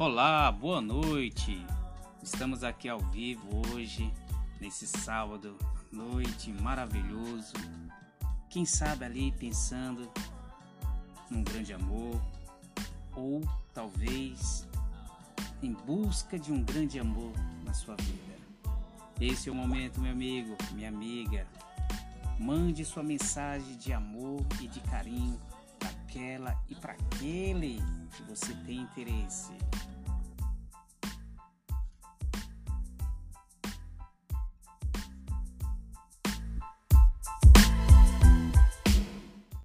Olá, boa noite. Estamos aqui ao vivo hoje, nesse sábado, noite maravilhoso. Quem sabe ali pensando num grande amor, ou talvez em busca de um grande amor na sua vida. Esse é o momento, meu amigo, minha amiga. Mande sua mensagem de amor e de carinho para aquela e para aquele que você tem interesse.